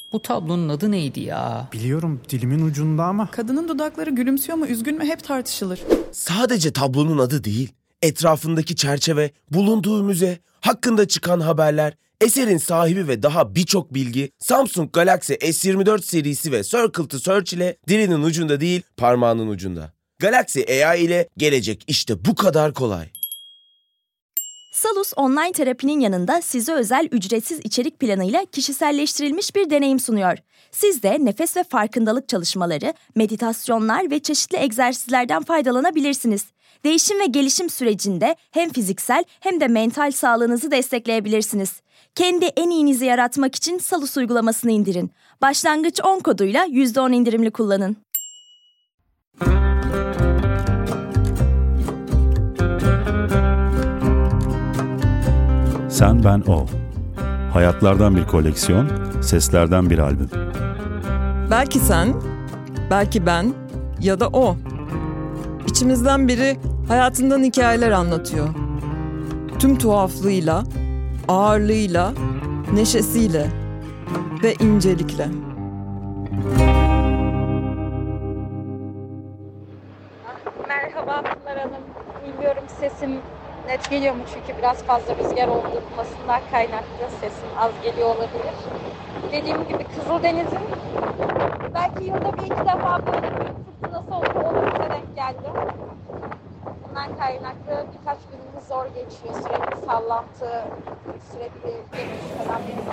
Bu tablonun adı neydi ya? Biliyorum, dilimin ucunda ama. Kadının dudakları gülümsüyor mu, üzgün mü hep tartışılır. Sadece tablonun adı değil, etrafındaki çerçeve, bulunduğu müze, hakkında çıkan haberler, eserin sahibi ve daha birçok bilgi Samsung Galaxy S24 serisi ve Circle to Search ile dilinin ucunda değil, parmağının ucunda. Galaxy AI ile gelecek işte bu kadar kolay. Salus online terapinin yanında size özel ücretsiz içerik planıyla kişiselleştirilmiş bir deneyim sunuyor. Siz de nefes ve farkındalık çalışmaları, meditasyonlar ve çeşitli egzersizlerden faydalanabilirsiniz. Değişim ve gelişim sürecinde hem fiziksel hem de mental sağlığınızı destekleyebilirsiniz. Kendi en iyinizi yaratmak için Salus uygulamasını indirin. Başlangıç 10 koduyla %10 indirimli kullanın. Sen, Ben, O. Hayatlardan bir koleksiyon, seslerden bir albüm. Belki sen, belki ben ya da o. İçimizden biri hayatından hikayeler anlatıyor. Tüm tuhaflığıyla, ağırlığıyla, neşesiyle ve incelikle. Merhaba Pınar Hanım. Bilmiyorum sesim net geliyor mu çünkü biraz fazla rüzgar olmasından kaynaklı sesim az geliyor olabilir. Dediğim gibi Kızıldeniz'in belki yılda bir iki defa böyle bir fırtınası olursa denk geldi. Bundan kaynaklı birkaç günümüz zor geçiyor. Sürekli sallantı, sürekli gemi falan benim.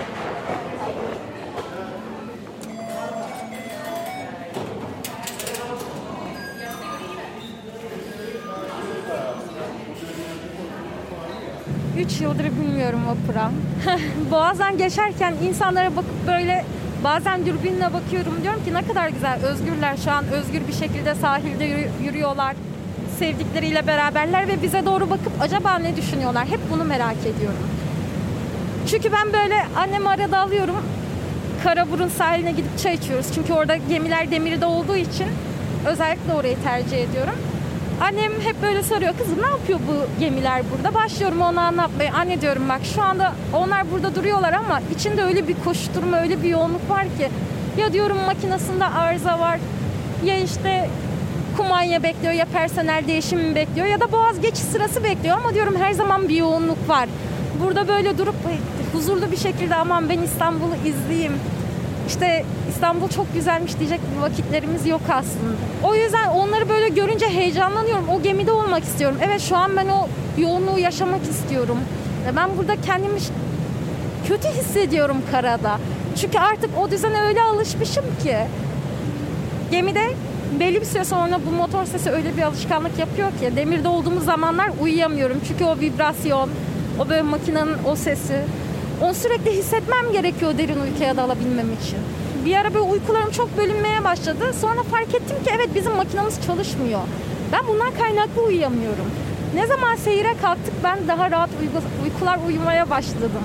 3 yıldır bilmiyorum vapura. Boğazdan geçerken insanlara bakıp böyle bazen dürbünle bakıyorum. Diyorum ki ne kadar güzel, özgürler şu an. Özgür bir şekilde sahilde yürüyorlar. Sevdikleriyle beraberler ve bize doğru bakıp acaba ne düşünüyorlar? Hep bunu merak ediyorum. Çünkü ben böyle annemi arada alıyorum. Karaburun sahiline gidip çay içiyoruz. Çünkü orada gemiler demirde olduğu için özellikle orayı tercih ediyorum. Annem hep böyle soruyor, kızım ne yapıyor bu gemiler burada? Başlıyorum ona anlatmaya. Anne diyorum bak şu anda onlar burada duruyorlar ama içinde öyle bir koşturma, öyle bir yoğunluk var ki. Ya diyorum makinesinde arıza var, ya işte kumanya bekliyor, ya personel değişimi bekliyor ya da boğaz geçiş sırası bekliyor. Ama diyorum her zaman bir yoğunluk var. Burada böyle durup huzurlu bir şekilde aman ben İstanbul'u izleyeyim. İşte İstanbul çok güzelmiş diyecek bir vakitlerimiz yok aslında. O yüzden onları böyle görünce heyecanlanıyorum. O gemide olmak istiyorum. Evet şu an ben o yoğunluğu yaşamak istiyorum. Ben burada kendimi kötü hissediyorum karada. Çünkü artık o düzene öyle alışmışım ki. Gemide belli bir süre sonra bu motor sesi öyle bir alışkanlık yapıyor ki demirde olduğumuz zamanlar uyuyamıyorum. Çünkü o vibrasyon, o böyle makinenin o sesi. Onu sürekli hissetmem gerekiyor derin uykuya dalabilmem için. Bir ara böyle uykularım çok bölünmeye başladı. Sonra fark ettim ki evet bizim makinamız çalışmıyor. Ben bundan kaynaklı uyuyamıyorum. Ne zaman seyire kalktık ben daha rahat uykular uyumaya başladım.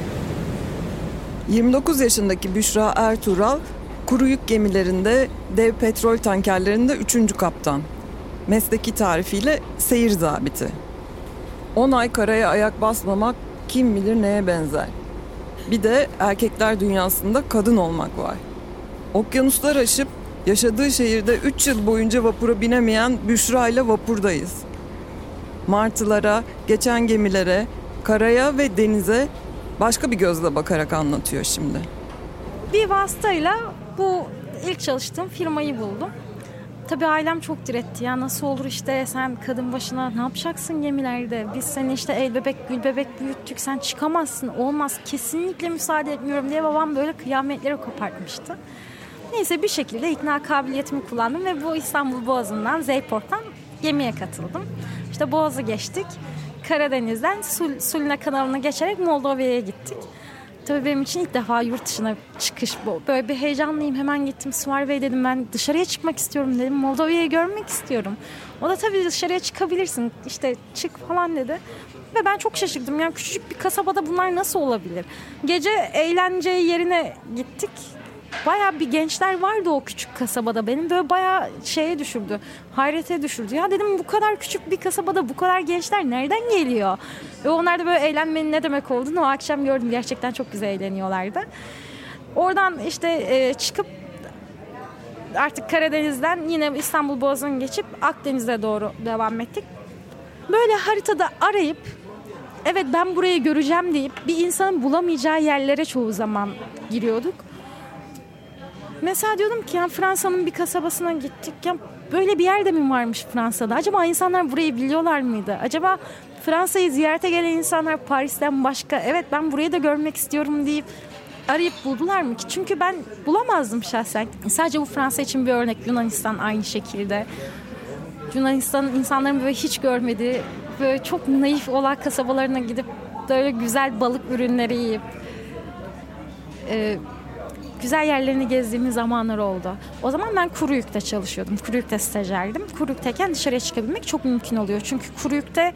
29 yaşındaki Büşra Ertuğral, kuru yük gemilerinde, dev petrol tankerlerinde 3. kaptan. Mesleki tarifiyle seyir zabiti. 10 ay karaya ayak basmamak kim bilir neye benzer. Bir de erkekler dünyasında kadın olmak var. Okyanuslar aşıp yaşadığı şehirde 3 yıl boyunca vapura binemeyen Büşra ile vapurdayız. Martılara, geçen gemilere, karaya ve denize başka bir gözle bakarak anlatıyor şimdi. Bir vasıtayla bu ilk çalıştığım firmayı buldum. Tabii ailem çok diretti ya nasıl olur işte sen kadın başına ne yapacaksın gemilerde? Biz seni işte el bebek gül bebek büyüttük sen çıkamazsın olmaz kesinlikle müsaade etmiyorum diye babam böyle kıyametleri kopartmıştı. Neyse bir şekilde ikna kabiliyetimi kullandım ve bu İstanbul Boğazı'ndan Zeyport'tan gemiye katıldım. İşte Boğaz'ı geçtik. Karadeniz'den Sulina kanalına geçerek Moldova'ya gittik. Tabii benim için ilk defa yurt dışına çıkış bu. Böyle bir heyecanlıyım. Hemen gittim Süvari Bey dedim ben dışarıya çıkmak istiyorum dedim. Moldova'yı görmek istiyorum. O da tabii dışarıya çıkabilirsin. İşte çık falan dedi. Ve ben çok şaşırdım. Yani küçücük bir kasabada bunlar nasıl olabilir? Gece eğlence yerine gittik. Bayağı bir gençler vardı o küçük kasabada. Benim böyle bayağı şeye düşürdü. Hayrete düşürdü. Ya dedim bu kadar küçük bir kasabada bu kadar gençler nereden geliyor? Ve onlar da böyle eğlenmenin ne demek olduğunu o akşam gördüm. Gerçekten çok güzel eğleniyorlardı. Oradan işte çıkıp artık Karadeniz'den yine İstanbul Boğazı'nı geçip Akdeniz'e doğru devam ettik. Böyle haritada arayıp evet ben burayı göreceğim deyip bir insanın bulamayacağı yerlere çoğu zaman giriyorduk. Mesela diyordum ki ya Fransa'nın bir kasabasına gittik. Ya böyle bir yerde mi varmış Fransa'da? Acaba insanlar burayı biliyorlar mıydı? Acaba Fransa'yı ziyarete gelen insanlar Paris'ten başka evet ben burayı da görmek istiyorum deyip arayıp buldular mı ki? Çünkü ben bulamazdım şahsen. Sadece bu Fransa için bir örnek. Yunanistan aynı şekilde. Yunanistan'ın insanların böyle hiç görmediği, böyle çok naif olan kasabalarına gidip böyle güzel balık ürünleri yiyip güzel yerlerini gezdiğimiz zamanlar oldu. O zaman ben Kuruyuk'ta çalışıyordum. Kuruyuk'ta stajyerdim. Kuruyuk'tayken dışarıya çıkabilmek çok mümkün oluyor. Çünkü Kuruyuk'ta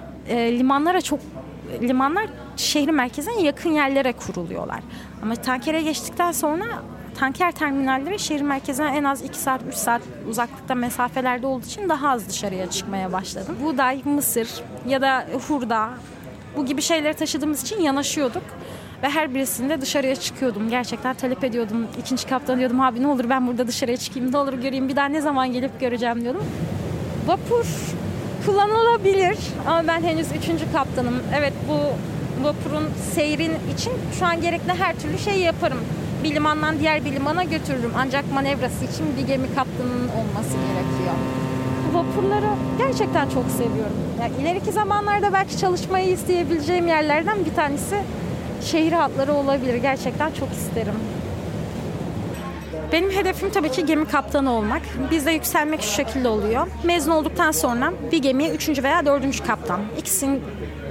limanlar şehrin merkezine yakın yerlere kuruluyorlar. Ama tankere geçtikten sonra tanker terminalleri şehir merkezine en az 2 saat 3 saat uzaklıkta mesafelerde olduğu için daha az dışarıya çıkmaya başladım. Buğday, mısır ya da hurda bu gibi şeyleri taşıdığımız için yanaşıyorduk. Ve her birisinde dışarıya çıkıyordum. Gerçekten talep ediyordum. 2. kaptan diyordum abi ne olur ben burada dışarıya çıkayım. Ne olur göreyim. Bir daha ne zaman gelip göreceğim diyordum. Vapur kullanılabilir. Ama ben henüz 3. kaptanım. Evet bu vapurun seyrin için şu an gerekli her türlü şeyi yaparım. Bir limandan diğer bir limana götürürüm. Ancak manevrası için bir gemi kaptanının olması gerekiyor. Vapurları gerçekten çok seviyorum. Yani ileriki zamanlarda belki çalışmayı isteyebileceğim yerlerden bir tanesi şehir hatları olabilir. Gerçekten çok isterim. Benim hedefim tabii ki gemi kaptanı olmak. Bizde yükselmek şu şekilde oluyor. Mezun olduktan sonra bir gemiye 3. veya 4. kaptan. İkisinin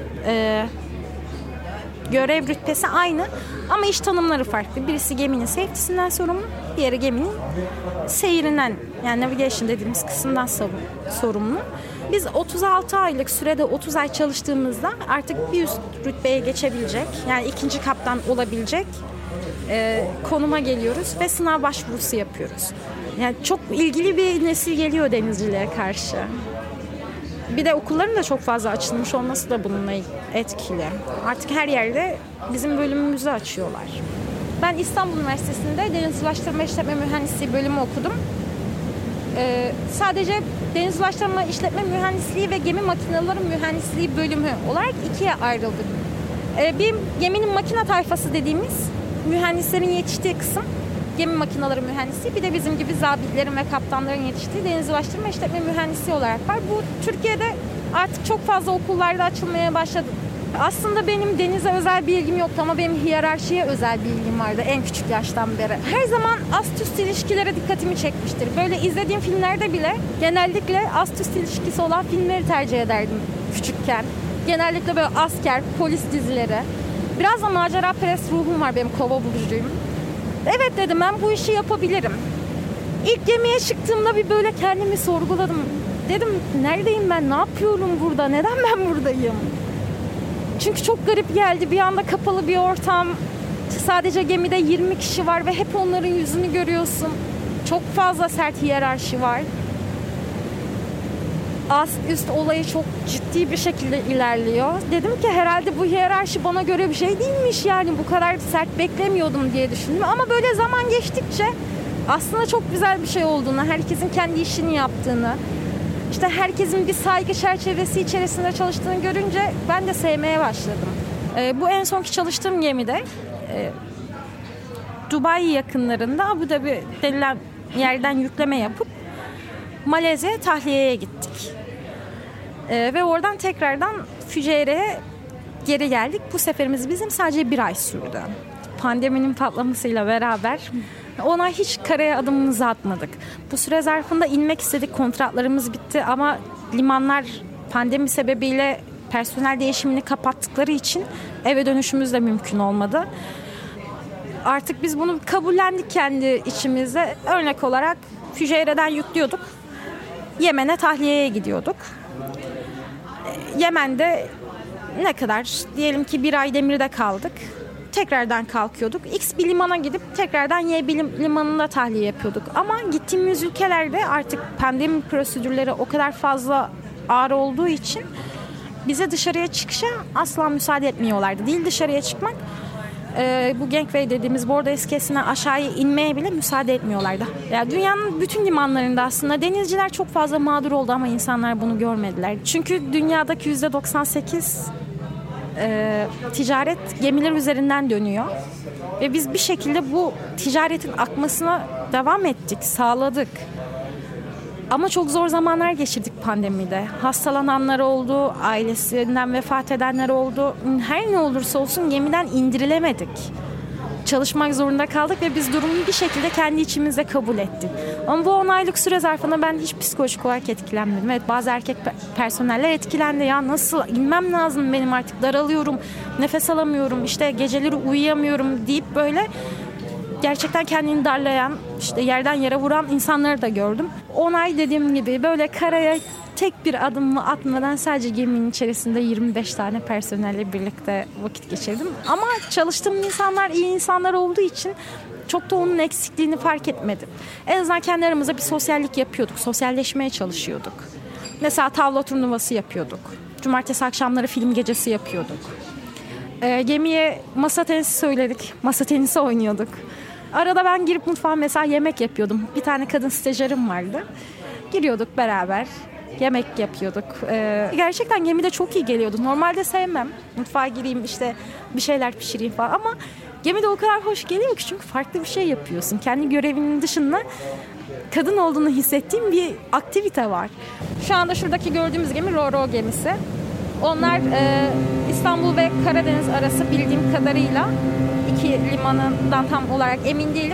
görev rütbesi aynı ama iş tanımları farklı. Birisi geminin safety'sinden sorumlu, diğeri geminin seyrinden yani navigation dediğimiz kısımdan sorumlu. Biz 36 aylık sürede 30 ay çalıştığımızda artık bir üst rütbeye geçebilecek yani 2. kaptan olabilecek konuma geliyoruz ve sınav başvurusu yapıyoruz. Yani çok ilgili bir nesil geliyor denizcilere karşı. Bir de okulların da çok fazla açılmış olması da bununla etkili. Artık her yerde bizim bölümümüzü açıyorlar. Ben İstanbul Üniversitesi'nde Deniz Ulaştırma İşletme Mühendisliği bölümü okudum. Sadece Deniz Ulaştırma İşletme Mühendisliği ve Gemi Makineleri Mühendisliği bölümü olarak ikiye ayrıldık. Bir geminin makine tayfası dediğimiz mühendislerin yetiştiği kısım gemi makineleri mühendisliği, bir de bizim gibi zabitlerin ve kaptanların yetiştiği Deniz Ulaştırma İşletme Mühendisliği olarak var. Bu Türkiye'de artık çok fazla okullarda açılmaya başladı. Aslında benim denize özel bir ilgim yoktu ama benim hiyerarşiye özel bir ilgim vardı en küçük yaştan beri. Her zaman ast-üst ilişkilere dikkatimi çekmiştir. Böyle izlediğim filmlerde bile genellikle ast-üst ilişkisi olan filmleri tercih ederdim küçükken. Genellikle böyle asker, polis dizileri. Biraz da macera perest ruhum var benim, kova burcuyum. Evet dedim, ben bu işi yapabilirim. İlk gemiye çıktığımda bir böyle kendimi sorguladım. Dedim neredeyim ben, ne yapıyorum burada, neden ben buradayım? Çünkü çok garip geldi, bir anda kapalı bir ortam. Sadece gemide 20 kişi var ve hep onların yüzünü görüyorsun. Çok fazla sert hiyerarşi var. Ast üst olayı çok ciddi bir şekilde ilerliyor. Dedim ki herhalde bu hiyerarşi bana göre bir şey değilmiş, yani bu kadar sert beklemiyordum diye düşündüm. Ama böyle zaman geçtikçe aslında çok güzel bir şey olduğunu, herkesin kendi işini yaptığını, işte herkesin bir saygı çerçevesi içerisinde çalıştığını görünce ben de sevmeye başladım. Bu en sonki çalıştığım gemide Dubai yakınlarında Abu Dhabi denilen yerden yükleme yapıp Malezya'ya tahliyeye gittik. Ve oradan tekrardan Füceyre'ye geri geldik. Bu seferimiz bizim sadece 1 ay sürdü. Pandeminin patlamasıyla beraber ona hiç karaya adımımızı atmadık. Bu süre zarfında inmek istedik, kontratlarımız bitti ama limanlar pandemi sebebiyle personel değişimini kapattıkları için eve dönüşümüz de mümkün olmadı. Artık biz bunu kabullendik kendi içimizde. Örnek olarak Füceyre'den yüklüyorduk. Yemen'e tahliyeye gidiyorduk. Yemen'de ne kadar? Diyelim ki 1 ay demirde kaldık. Tekrardan kalkıyorduk. X bir limana gidip tekrardan Y bir limanında tahliye yapıyorduk. Ama gittiğimiz ülkelerde artık pandemi prosedürleri o kadar fazla ağır olduğu için bize dışarıya çıkışa asla müsaade etmiyorlardı. Değil dışarıya çıkmak, bu gangway dediğimiz bordo iskelesinden aşağıya inmeye bile müsaade etmiyorlardı. Yani dünyanın bütün limanlarında aslında denizciler çok fazla mağdur oldu ama insanlar bunu görmediler. Çünkü dünyadaki %98 ticaret gemiler üzerinden dönüyor. Ve biz bir şekilde bu ticaretin akmasına devam ettik, sağladık. Ama çok zor zamanlar geçirdik pandemide. Hastalananlar oldu, ailesinden vefat edenler oldu. Her ne olursa olsun gemiden indirilemedik. Çalışmak zorunda kaldık ve biz durumu bir şekilde kendi içimizde kabul ettik. Ama bu 10 aylık süre zarfında ben hiç psikolojik olarak etkilenmedim. Evet, bazı erkek personeller etkilendi. Ya nasıl inmem lazım benim, artık daralıyorum, nefes alamıyorum, işte geceleri uyuyamıyorum deyip böyle gerçekten kendini darlayan, işte yerden yere vuran insanları da gördüm. 10 ay dediğim gibi böyle karaya tek bir adımımı atmadan sadece geminin içerisinde 25 tane personelle birlikte vakit geçirdim. Ama çalıştığım insanlar iyi insanlar olduğu için çok da onun eksikliğini fark etmedim. En azından kendi aramızda bir sosyallik yapıyorduk, sosyalleşmeye çalışıyorduk. Mesela tavla turnuvası yapıyorduk. Cumartesi akşamları film gecesi yapıyorduk. Gemiye masa tenisi söyledik, masa tenisi oynuyorduk. Arada ben girip mutfağa mesela yemek yapıyordum. Bir tane kadın stajyerim vardı. Giriyorduk beraber, yemek yapıyorduk. Gerçekten gemide çok iyi geliyordu. Normalde sevmem. Mutfağa gireyim, işte bir şeyler pişireyim falan. Ama gemide o kadar hoş geliyor ki, çünkü farklı bir şey yapıyorsun. Kendi görevinin dışında kadın olduğunu hissettiğim bir aktivite var. Şu anda şuradaki gördüğümüz gemi Ro-Ro gemisi. Onlar İstanbul ve Karadeniz arası bildiğim kadarıyla, iki limanından tam olarak emin değilim.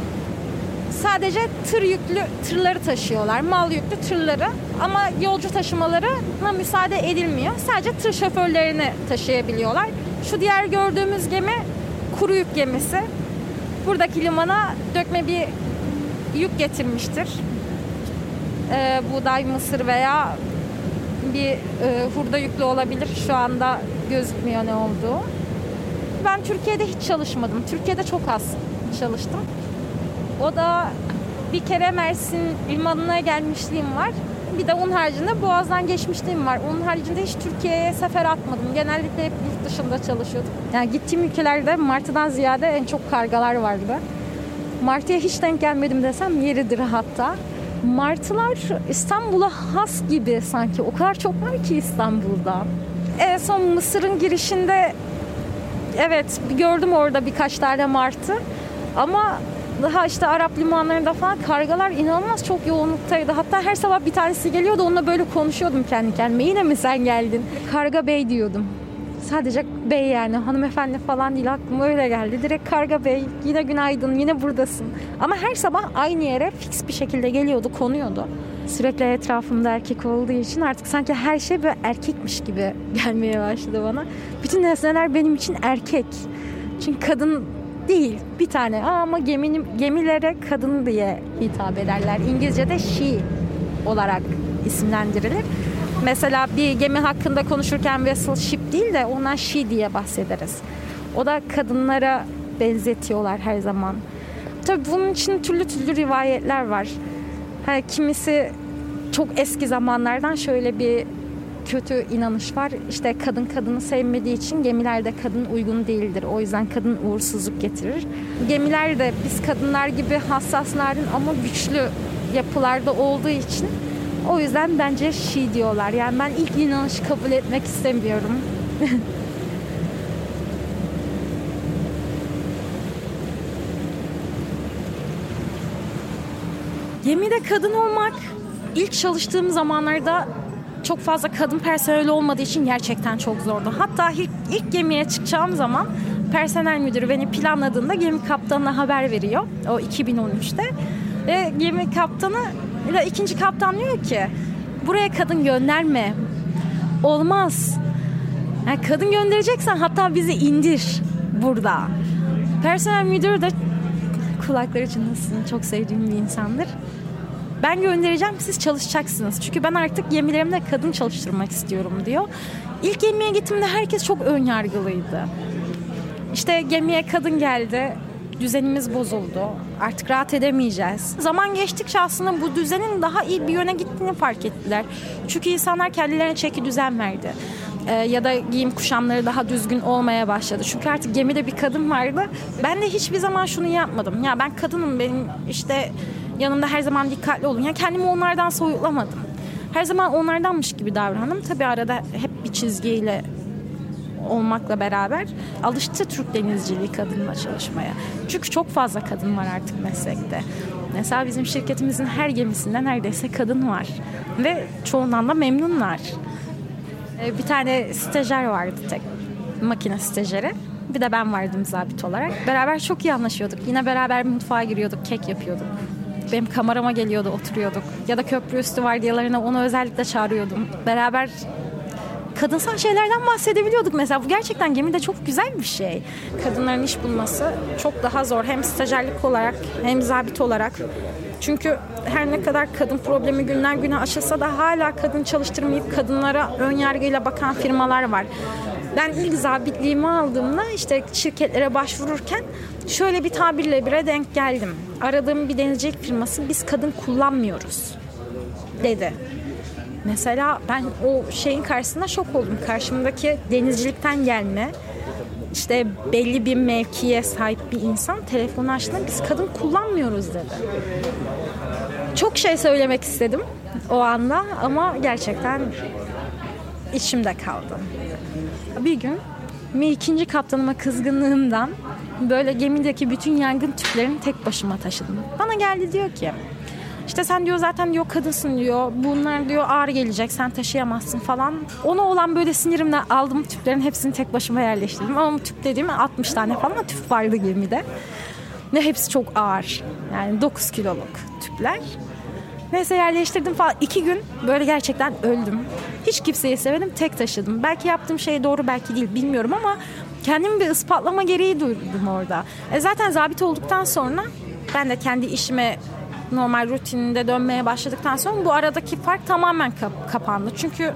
Sadece tır yüklü tırları taşıyorlar, mal yüklü tırları, ama yolcu taşımalarına müsaade edilmiyor. Sadece tır şoförlerini taşıyabiliyorlar. Şu diğer gördüğümüz gemi kuru yük gemisi. Buradaki limana dökme bir yük getirmiştir. Buğday, mısır veya bir hurda yüklü olabilir. Şu anda gözükmüyor ne olduğu. Ben Türkiye'de hiç çalışmadım. Türkiye'de çok az çalıştım. O da bir kere Mersin limanına gelmişliğim var. Bir de onun haricinde Boğaz'dan geçmişliğim var. Onun haricinde hiç Türkiye'ye sefer atmadım. Genellikle hep yurt dışında çalışıyordum. Yani gittiğim ülkelerde martıdan ziyade en çok kargalar vardı. Martıya hiç denk gelmedim desem yeridir hatta. Martılar İstanbul'a has gibi sanki. O kadar çok var ki İstanbul'da. En son Mısır'ın girişinde evet gördüm orada birkaç tane martı. Ama daha işte Arap limanlarında falan kargalar inanılmaz çok yoğunluktaydı. Hatta her sabah bir tanesi geliyordu, onunla böyle konuşuyordum kendi kendime. Yine mi sen geldin? Karga bey diyordum. Sadece bey, yani hanımefendi falan değil, aklıma öyle geldi. Direkt karga bey, yine günaydın, yine buradasın. Ama her sabah aynı yere fix bir şekilde geliyordu, konuyordu. Sürekli etrafımda erkek olduğu için artık sanki her şey böyle erkekmiş gibi gelmeye başladı bana. Bütün nesneler benim için erkek. Çünkü kadın değil, bir tane. Ama gemilere kadın diye hitap ederler. İngilizce'de she olarak isimlendirilir. Mesela bir gemi hakkında konuşurken vessel ship değil de ona she diye bahsederiz. O da kadınlara benzetiyorlar her zaman. Tabii bunun için türlü türlü rivayetler var. Kimisi çok eski zamanlardan şöyle bir kötü inanış var. İşte kadın kadını sevmediği için gemilerde kadın uygun değildir. O yüzden kadın uğursuzluk getirir. Gemiler de biz kadınlar gibi hassas, narin ama güçlü yapılarda olduğu için o yüzden bence she diyorlar. Yani ben ilk inanışı kabul etmek istemiyorum. Gemide kadın olmak ilk çalıştığım zamanlarda çok fazla kadın personel olmadığı için gerçekten çok zordu. Hatta ilk gemiye çıkacağım zaman personel müdürü beni planladığında gemi kaptanına haber veriyor. O 2013'te. Ve gemi kaptanı ile ikinci kaptan diyor ki buraya kadın gönderme. Olmaz. Yani kadın göndereceksen hatta bizi indir burada. Personel müdürü de kulakları çınlasın, çok sevdiğim bir insandır. Ben göndereceğim, siz çalışacaksınız. Çünkü ben artık gemilerimde kadın çalıştırmak istiyorum diyor. İlk gemiye gittiğimde herkes çok önyargılıydı. İşte gemiye kadın geldi, düzenimiz bozuldu. Artık rahat edemeyeceğiz. Zaman geçtikçe aslında bu düzenin daha iyi bir yöne gittiğini fark ettiler. Çünkü insanlar kendilerine çeki düzen verdi. ya da giyim kuşamları daha düzgün olmaya başladı. Çünkü artık gemide bir kadın vardı. Ben de hiçbir zaman şunu yapmadım. Ya ben kadınım, benim işte yanımda her zaman dikkatli olun. Yani kendimi onlardan soyutlamadım. Her zaman onlardanmış gibi davrandım. Tabii arada hep bir çizgiyle olmakla beraber alıştı Türk denizciliği kadınla çalışmaya. Çünkü çok fazla kadın var artık meslekte. Mesela bizim şirketimizin her gemisinde neredeyse kadın var. Ve çoğundan da memnunlar. Bir tane stajyer vardı tek, makine stajyeri. Bir de ben vardım zabit olarak. Beraber çok iyi anlaşıyorduk. Yine beraber mutfağa giriyorduk, kek yapıyorduk. Benim kamerama geliyordu, oturuyorduk. Ya da köprü üstü vardiyalarına onu özellikle çağırıyordum. Beraber kadınsal şeylerden bahsedebiliyorduk mesela. Bu gerçekten gemide çok güzel bir şey. Kadınların iş bulması çok daha zor. Hem stajyerlik olarak hem zabit olarak. Çünkü her ne kadar kadın problemi günden güne aşılsa da hala kadın çalıştırmayıp kadınlara ön yargıyla bakan firmalar var. Ben ilk zabitliğimi aldığımda işte şirketlere başvururken şöyle bir tabirle bire denk geldim. Aradığım bir denizcilik firması biz kadın kullanmıyoruz dedi. Mesela ben o şeyin karşısında şok oldum. Karşımdaki denizcilikten gelme, işte belli bir mevkiye sahip bir insan telefonu açtığında biz kadın kullanmıyoruz dedi. Çok şey söylemek istedim o anda ama gerçekten içimde kaldı. Bir gün ikinci kaptanıma kızgınlığımdan böyle gemideki bütün yangın tüplerini tek başıma taşıdım. Bana geldi diyor ki İşte sen diyor zaten diyor kadınsın diyor. Bunlar diyor ağır gelecek, sen taşıyamazsın falan. Ona olan böyle sinirimden aldım, tüplerin hepsini tek başıma yerleştirdim. Ama tüp dediğim 60 tane falan tüp vardı gemide. Ve hepsi çok ağır. Yani 9 kiloluk tüpler. Neyse yerleştirdim falan. 2 gün böyle gerçekten öldüm. Hiç kimseyi sevmedim, tek taşıdım. Belki yaptığım şey doğru, belki değil, bilmiyorum ama kendimi bir ispatlama gereği duydum orada. Zaten zabit olduktan sonra ben de kendi işime normal rutininde dönmeye başladıktan sonra bu aradaki fark tamamen kapandı. Çünkü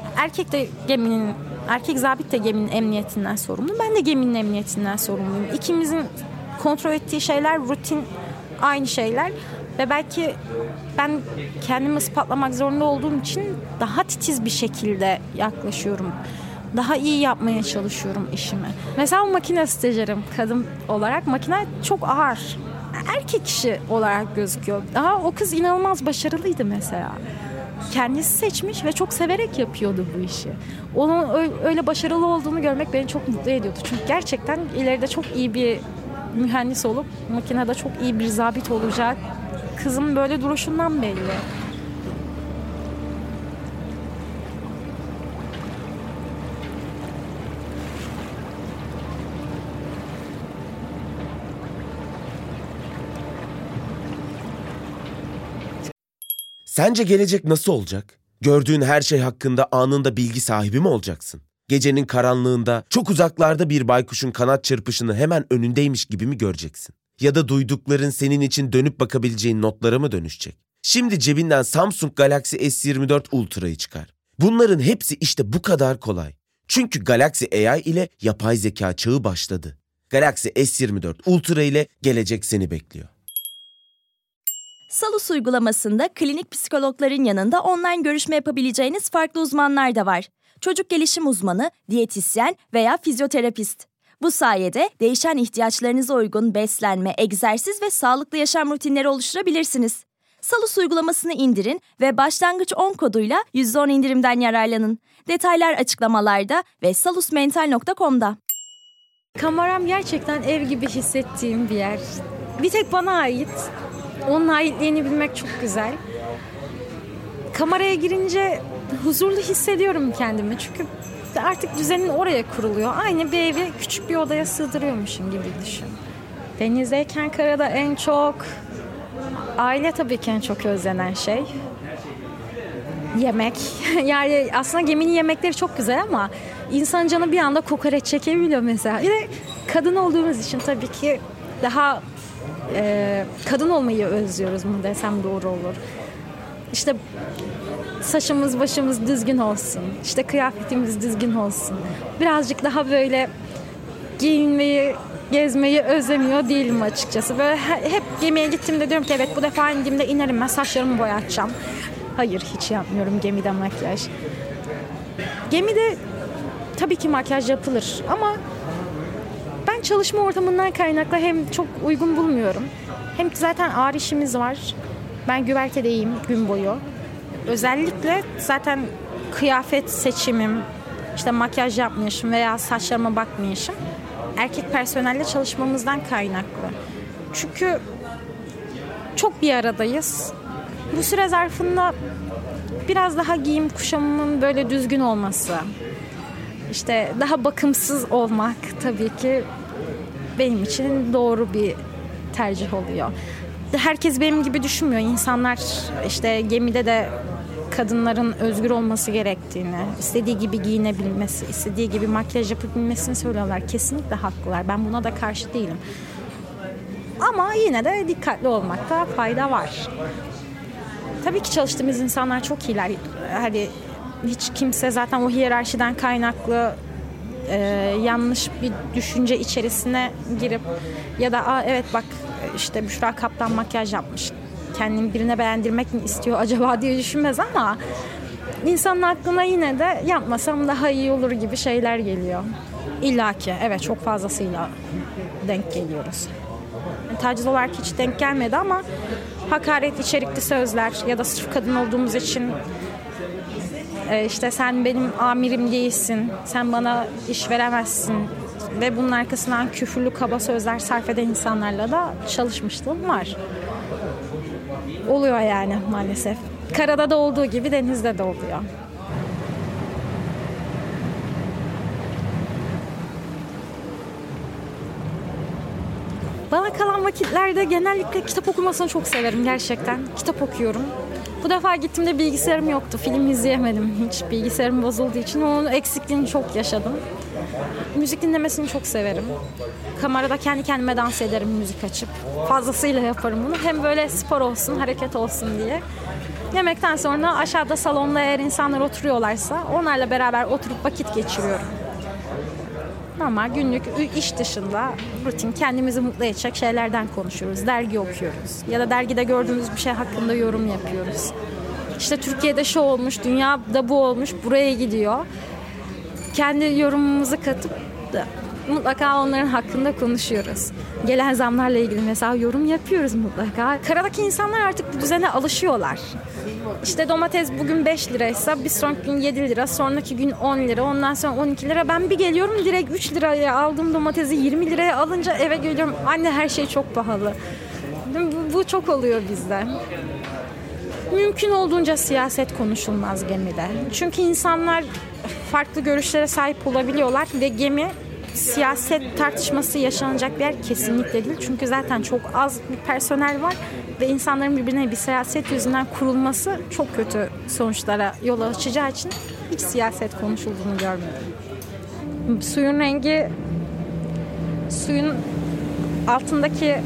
erkek zabit de geminin emniyetinden sorumlu. Ben de geminin emniyetinden sorumluyum. İkimizin kontrol ettiği şeyler, rutin aynı şeyler. Ve belki ben kendimi ispatlamak zorunda olduğum için daha titiz bir şekilde yaklaşıyorum. Daha iyi yapmaya çalışıyorum işimi. Mesela makine stajyerim kadın olarak, makine çok ağır. Erkek işi olarak gözüküyor. Daha o kız inanılmaz başarılıydı mesela. Kendisi seçmiş ve çok severek yapıyordu bu işi. Onun öyle başarılı olduğunu görmek beni çok mutlu ediyordu. Çünkü gerçekten ileride çok iyi bir mühendis olup makinede çok iyi bir zabit olacak. Kızım böyle duruşundan belli. Sence gelecek nasıl olacak? Gördüğün her şey hakkında anında bilgi sahibi mi olacaksın? Gecenin karanlığında çok uzaklarda bir baykuşun kanat çırpışını hemen önündeymiş gibi mi göreceksin? Ya da duydukların senin için dönüp bakabileceğin notlara mı dönüşecek? Şimdi cebinden Samsung Galaxy S24 Ultra'yı çıkar. Bunların hepsi işte bu kadar kolay. Çünkü Galaxy AI ile yapay zeka çağı başladı. Galaxy S24 Ultra ile gelecek seni bekliyor. Salus uygulamasında klinik psikologların yanında online görüşme yapabileceğiniz farklı uzmanlar da var. Çocuk gelişim uzmanı, diyetisyen veya fizyoterapist. Bu sayede değişen ihtiyaçlarınıza uygun beslenme, egzersiz ve sağlıklı yaşam rutinleri oluşturabilirsiniz. Salus uygulamasını indirin ve başlangıç 10 koduyla %10 indirimden yararlanın. Detaylar açıklamalarda ve salusmental.com'da. Kameram gerçekten ev gibi hissettiğim bir yer. Bir tek bana ait. Onun aitliğini bilmek çok güzel. Kameraya girince huzurlu hissediyorum kendimi. Çünkü artık düzenin oraya kuruluyor. Aynı bir evi küçük bir odaya sığdırıyormuşum gibi düşün. Denizdeyken karada en çok aile tabii ki en çok özlenen şey. Yemek. Yani aslında geminin yemekleri çok güzel ama insan canı bir anda kokoreç çekebiliyor mesela. Bir de kadın olduğumuz için tabii ki daha kadın olmayı özlüyoruz mu desem doğru olur. İşte saçımız başımız düzgün olsun. İşte kıyafetimiz düzgün olsun. Birazcık daha böyle giyinmeyi, gezmeyi özlemiyor değilim açıkçası. Böyle hep gemiye gittiğimde diyorum ki evet bu defa indiğimde inerim ben saçlarımı boyatacağım. Hayır hiç yapmıyorum gemide makyaj. Gemide tabii ki makyaj yapılır ama ben çalışma ortamından kaynaklı hem çok uygun bulmuyorum. Hem zaten ağır işimiz var. Ben güvertedeyim gün boyu. Özellikle zaten kıyafet seçimim, işte makyaj yapmayışım veya saçlarıma bakmayışım erkek personelle çalışmamızdan kaynaklı. Çünkü çok bir aradayız. Bu süre zarfında biraz daha giyim kuşamımın böyle düzgün olması, işte daha bakımsız olmak tabii ki benim için doğru bir tercih oluyor. Herkes benim gibi düşünmüyor. İnsanlar işte gemide de kadınların özgür olması gerektiğini, istediği gibi giyinebilmesi, istediği gibi makyaj yapabilmesini söylüyorlar. Kesinlikle haklılar. Ben buna da karşı değilim. Ama yine de dikkatli olmakta fayda var. Tabii ki çalıştığımız insanlar çok iyiler. Hani hiç kimse zaten o hiyerarşiden kaynaklı yanlış bir düşünce içerisine girip ya da evet bak işte Büşra Kaptan makyaj yapmış, kendini birine beğendirmek mi istiyor acaba diye düşünmez ama insanın aklına yine de yapmasam daha iyi olur gibi şeyler geliyor. İlla ki evet çok fazlasıyla denk geliyoruz. Taciz olarak hiç denk gelmedi ama hakaret içerikli sözler ya da sırf kadın olduğumuz için işte sen benim amirim değilsin, sen bana iş veremezsin ve bunun arkasından küfürlü kaba sözler sarf eden insanlarla da çalışmışlığım var. Oluyor yani maalesef. Karada da olduğu gibi denizde de oluyor. Bana kalan vakitlerde genellikle kitap okumasını çok severim gerçekten. Kitap okuyorum. Bu defa gittiğimde bilgisayarım yoktu. Film izleyemedim hiç. Bilgisayarım bozulduğu için onun eksikliğini çok yaşadım. Müzik dinlemesini çok severim. Kamerada kendi kendime dans ederim müzik açıp. Fazlasıyla yaparım bunu. Hem böyle spor olsun, hareket olsun diye. Yemekten sonra aşağıda salonda eğer insanlar oturuyorlarsa onlarla beraber oturup vakit geçiriyorum. Normal günlük iş dışında rutin kendimizi mutlu edecek şeylerden konuşuyoruz. Dergi okuyoruz. Ya da dergide gördüğümüz bir şey hakkında yorum yapıyoruz. İşte Türkiye'de şu olmuş, dünyada bu olmuş, buraya gidiyor. Kendi yorumumuzu katıp mutlaka onların hakkında konuşuyoruz. Gelen zamlarla ilgili mesela yorum yapıyoruz mutlaka. Karadaki insanlar artık bu düzene alışıyorlar. İşte domates bugün 5 liraysa bir sonraki gün 7 lira, sonraki gün 10 lira, ondan sonra 12 lira. Ben bir geliyorum direkt 3 liraya aldığım domatesi 20 liraya alınca eve geliyorum. Anne her şey çok pahalı. Bu çok oluyor bizde. Mümkün olduğunca siyaset konuşulmaz gemide. Çünkü insanlar farklı görüşlere sahip olabiliyorlar ve gemi siyaset tartışması yaşanacak bir yer kesinlikle değil. Çünkü zaten çok az bir personel var ve insanların birbirine bir siyaset yüzünden kurulması çok kötü sonuçlara yol açacağı için hiç siyaset konuşulduğunu görmedim. Suyun rengi, suyun altındaki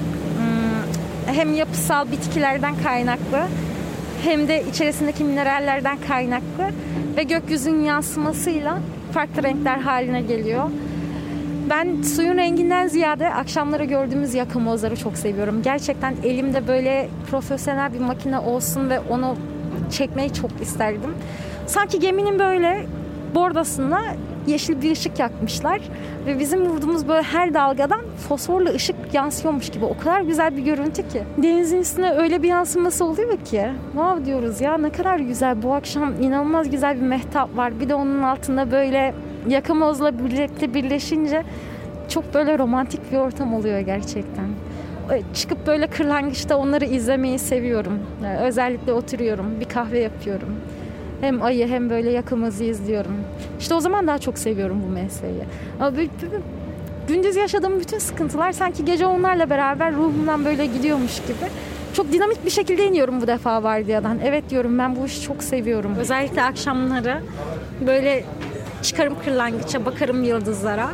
hem yapısal bitkilerden kaynaklı hem de içerisindeki minerallerden kaynaklı ve gökyüzünün yansımasıyla farklı renkler haline geliyor. Ben suyun renginden ziyade akşamları gördüğümüz yakamozları çok seviyorum. Gerçekten elimde böyle profesyonel bir makine olsun ve onu çekmeyi çok isterdim. Sanki geminin böyle bordasına yeşil bir ışık yakmışlar ve bizim vurduğumuz böyle her dalgadan fosforlu ışık yansıyormuş gibi. O kadar güzel bir görüntü ki. Denizin üstüne öyle bir yansıması oluyor ki. Wow diyoruz ya, ne kadar güzel. Bu akşam inanılmaz güzel bir mehtap var. Bir de onun altında böyle yakamozla birlikte birleşince çok böyle romantik bir ortam oluyor gerçekten. Çıkıp böyle kırlangıçta onları izlemeyi seviyorum. Yani özellikle oturuyorum, bir kahve yapıyorum. Hem ayı hem böyle yakamozı izliyorum. İşte o zaman daha çok seviyorum bu mesleği. Ama gündüz yaşadığım bütün sıkıntılar sanki gece onlarla beraber ruhumdan böyle gidiyormuş gibi. Çok dinamik bir şekilde iniyorum bu defa vardiyadan. Evet diyorum, ben bu işi çok seviyorum. Özellikle akşamları böyle çıkarım kırlangıça, bakarım yıldızlara.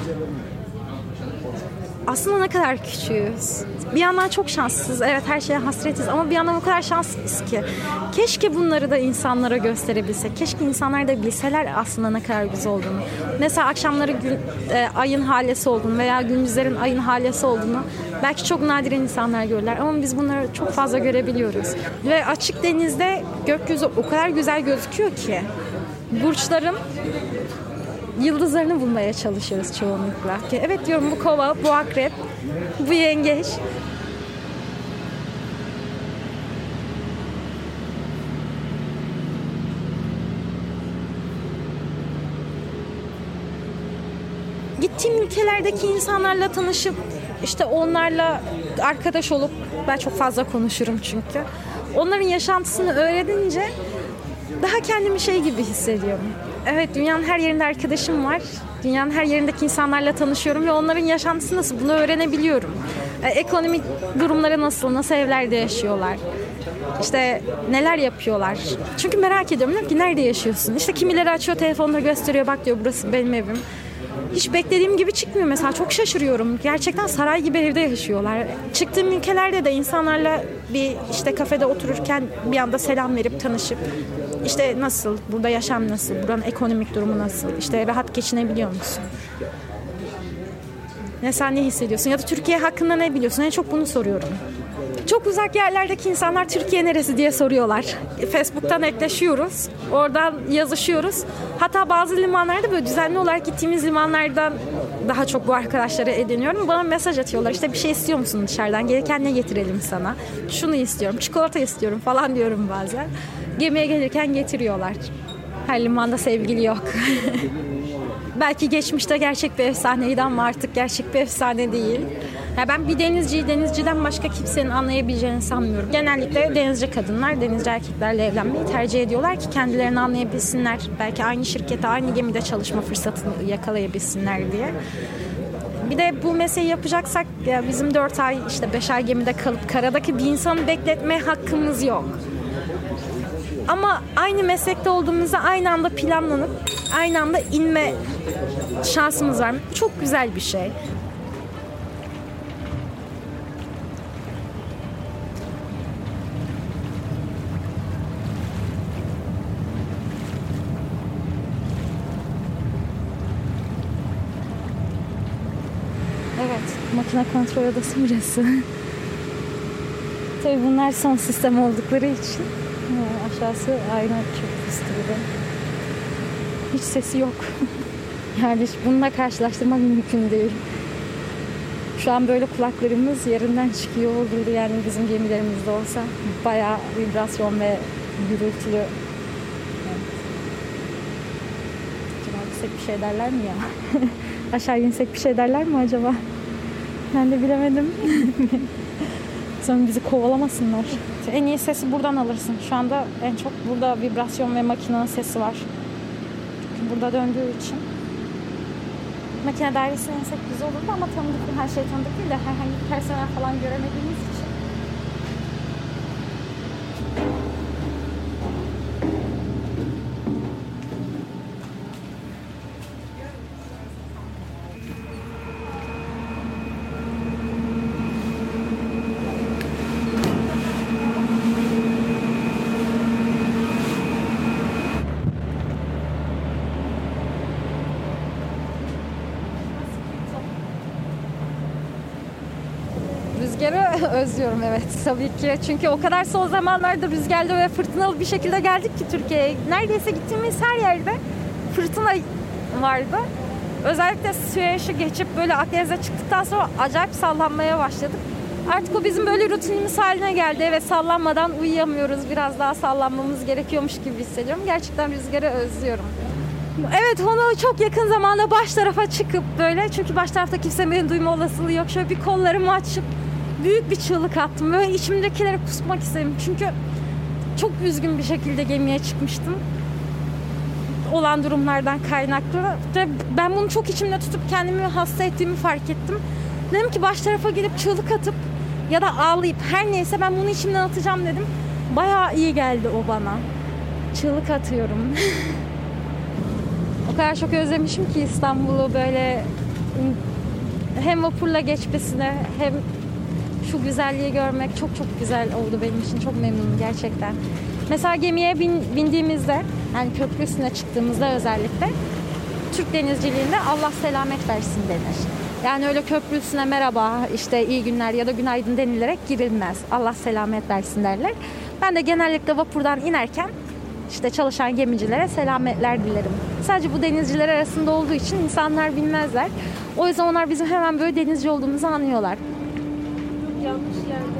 Aslında ne kadar küçüğüz. Bir yandan çok şanssızız. Evet, her şeye hasretiz ama bir yandan o kadar şanslıyız ki. Keşke bunları da insanlara gösterebilsek. Keşke insanlar da bilseler aslında ne kadar güzel olduğunu. Mesela akşamları ayın halesi olduğunu veya gündüzlerin ayın halesi olduğunu belki çok nadiren insanlar görürler ama biz bunları çok fazla görebiliyoruz. Ve açık denizde gökyüzü o kadar güzel gözüküyor ki burçlarım yıldızlarını bulmaya çalışıyoruz çoğunlukla. Evet diyorum, bu kova, bu akrep, bu yengeç. Gittiğim ülkelerdeki insanlarla tanışıp işte onlarla arkadaş olup, ben çok fazla konuşurum çünkü. Onların yaşantısını öğrenince daha kendimi şey gibi hissediyorum. Evet, dünyanın her yerinde arkadaşım var. Dünyanın her yerindeki insanlarla tanışıyorum ve onların yaşantısı nasıl, bunu öğrenebiliyorum. Ekonomik durumları nasıl evlerde yaşıyorlar. İşte neler yapıyorlar. Çünkü merak ediyorum, diyorum ki nerede yaşıyorsun? İşte kimileri açıyor telefonla gösteriyor, bak diyor burası benim evim. Hiç beklediğim gibi çıkmıyor mesela, çok şaşırıyorum. Gerçekten saray gibi evde yaşıyorlar. Çıktığım ülkelerde de insanlarla bir işte kafede otururken bir anda selam verip tanışıp işte nasıl, burada yaşam nasıl, buranın ekonomik durumu nasıl, işte rahat geçinebiliyor musun? Sen ne hissediyorsun? Ya da Türkiye hakkında ne biliyorsun? En çok bunu soruyorum. Çok uzak yerlerdeki insanlar Türkiye neresi diye soruyorlar. Facebook'tan ekleşiyoruz. Oradan yazışıyoruz. Hatta bazı limanlarda böyle düzenli olarak gittiğimiz limanlardan daha çok bu arkadaşları ediniyorum. Bana mesaj atıyorlar. İşte bir şey istiyor musun dışarıdan? Gelirken ne getirelim sana? Şunu istiyorum, çikolata istiyorum falan diyorum bazen. Gemiye gelirken getiriyorlar. Her limanda sevgili yok. Belki geçmişte gerçek bir efsaneydi ama artık gerçek bir efsane değil. Ya ben bir denizciden başka kimsenin anlayabileceğini sanmıyorum. Genellikle denizci kadınlar, denizci erkeklerle evlenmeyi tercih ediyorlar ki kendilerini anlayabilsinler. Belki aynı şirkete, aynı gemide çalışma fırsatını yakalayabilsinler diye. Bir de bu mesleği yapacaksak ya bizim 4 ay, işte 5 ay gemide kalıp karadaki bir insanı bekletmeye hakkımız yok. Ama aynı meslekte olduğumuzda aynı anda planlanıp aynı anda inme şansımız var. Çok güzel bir şey. Evet, makine kontrol odası burası. Tabii bunlar son sistem oldukları için aşağısı ayna çok pis gibi. Hiç sesi yok. Yani bununla karşılaştırmak mümkün değil. Şu an böyle kulaklarımız yerinden çıkıyor olurdu yani bizim gemilerimizde olsa. Bayağı vibrasyon ve gürültülü. Evet. Acaba yüksek bir şey derler mi ya? Aşağı insek bir şey derler mi acaba? Ben de bilemedim. Sonra bizi kovalamasınlar. En iyi sesi buradan alırsın. Şu anda en çok burada vibrasyon ve makinenin sesi var. Çünkü burada döndüğü için. Makine dairesine insek güzel olurdu ama tanıdık, her şey tanıdık değil de herhangi bir personel falan göremediğimiz için. Rüzgarı özlüyorum evet tabii ki. Çünkü o kadar son zamanlarda rüzgarlı ve fırtınalı bir şekilde geldik ki Türkiye'ye. Neredeyse gittiğimiz her yerde fırtına vardı. Özellikle Süveyş'i geçip böyle Akdeniz'e çıktıktan sonra acayip sallanmaya başladık. Artık o bizim böyle rutinimiz haline geldi. Evet, sallanmadan uyuyamıyoruz. Biraz daha sallanmamız gerekiyormuş gibi hissediyorum. Gerçekten rüzgarı özlüyorum. Evet, onu çok yakın zamanda baş tarafa çıkıp böyle, çünkü baş tarafta kimse beni duyma olasılığı yok. Şöyle bir kollarımı açıp büyük bir çığlık attım. Böyle içimdekileri kusmak istedim. Çünkü çok üzgün bir şekilde gemiye çıkmıştım. Olan durumlardan kaynaklı. Ve ben bunu çok içimde tutup kendimi hasta ettiğimi fark ettim. Dedim ki baş tarafa gidip çığlık atıp ya da ağlayıp her neyse ben bunu içimden atacağım dedim. Bayağı iyi geldi o bana. Çığlık atıyorum. O kadar çok özlemişim ki İstanbul'u, böyle hem vapurla geçmesine hem şu güzelliği görmek çok çok güzel oldu benim için. Çok memnunum gerçekten. Mesela gemiye bindiğimizde, yani köprü üstüne çıktığımızda özellikle Türk denizciliğinde Allah selamet versin denir. Yani öyle köprü üstüne merhaba, işte iyi günler ya da günaydın denilerek girilmez. Allah selamet versin derler. Ben de genellikle vapurdan inerken İşte çalışan gemicilere selametler dilerim. Sadece bu denizciler arasında olduğu için insanlar bilmezler. O yüzden onlar bizim hemen böyle denizci olduğumuzu anlıyorlar. Yanlış yerde.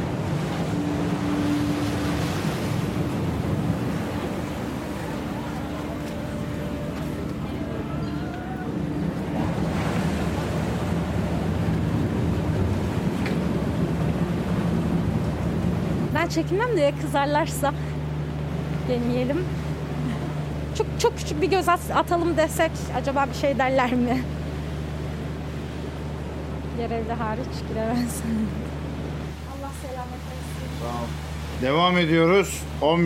Ben çekinmem de ya kızarlarsa deneyelim. Çok küçük bir göz atalım desek acaba bir şey derler mi? Görevli hariç giremez. Allah selamet versin. Tamam. Devam ediyoruz.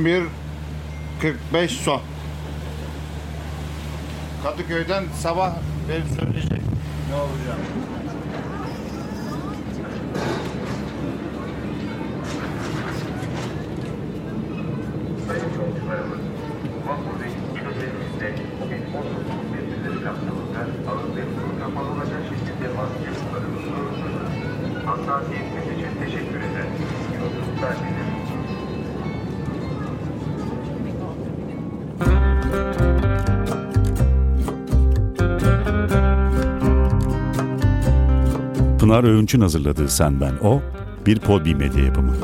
11.45 son. Kadıköy'den sabah benim söyleyecek ne olacak? Sayın yolcularımız, Vapur'daki ilerimizde bugün 19.1 kapsamında ağır ve kuru kapalı olacak şekilde maske kullanılmıştır. Hassasiyetiniz için teşekkür ederim. Yolculuklar dilerim. Pınar Öğünç'ün hazırladığı Sen Ben O, bir Podbi Medya yapımı.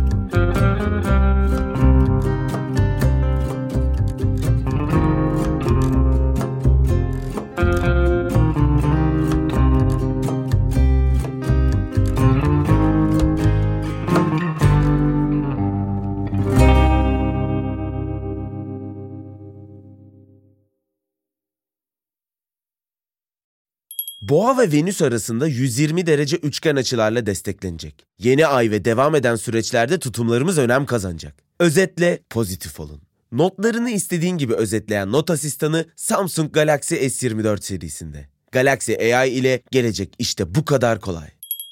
Boğa ve Venüs arasında 120 derece üçgen açılarla desteklenecek. Yeni ay ve devam eden süreçlerde tutumlarımız önem kazanacak. Özetle pozitif olun. Notlarını istediğin gibi özetleyen not asistanı Samsung Galaxy S24 serisinde. Galaxy AI ile gelecek işte bu kadar kolay.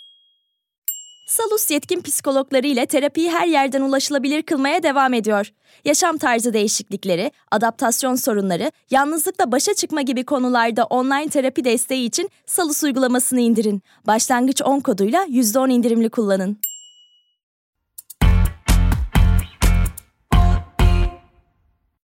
Salus yetkin psikologları ile terapiyi her yerden ulaşılabilir kılmaya devam ediyor. Yaşam tarzı değişiklikleri, adaptasyon sorunları, yalnızlıkla başa çıkma gibi konularda online terapi desteği için Salus uygulamasını indirin. Başlangıç 10 koduyla %10 indirimli kullanın.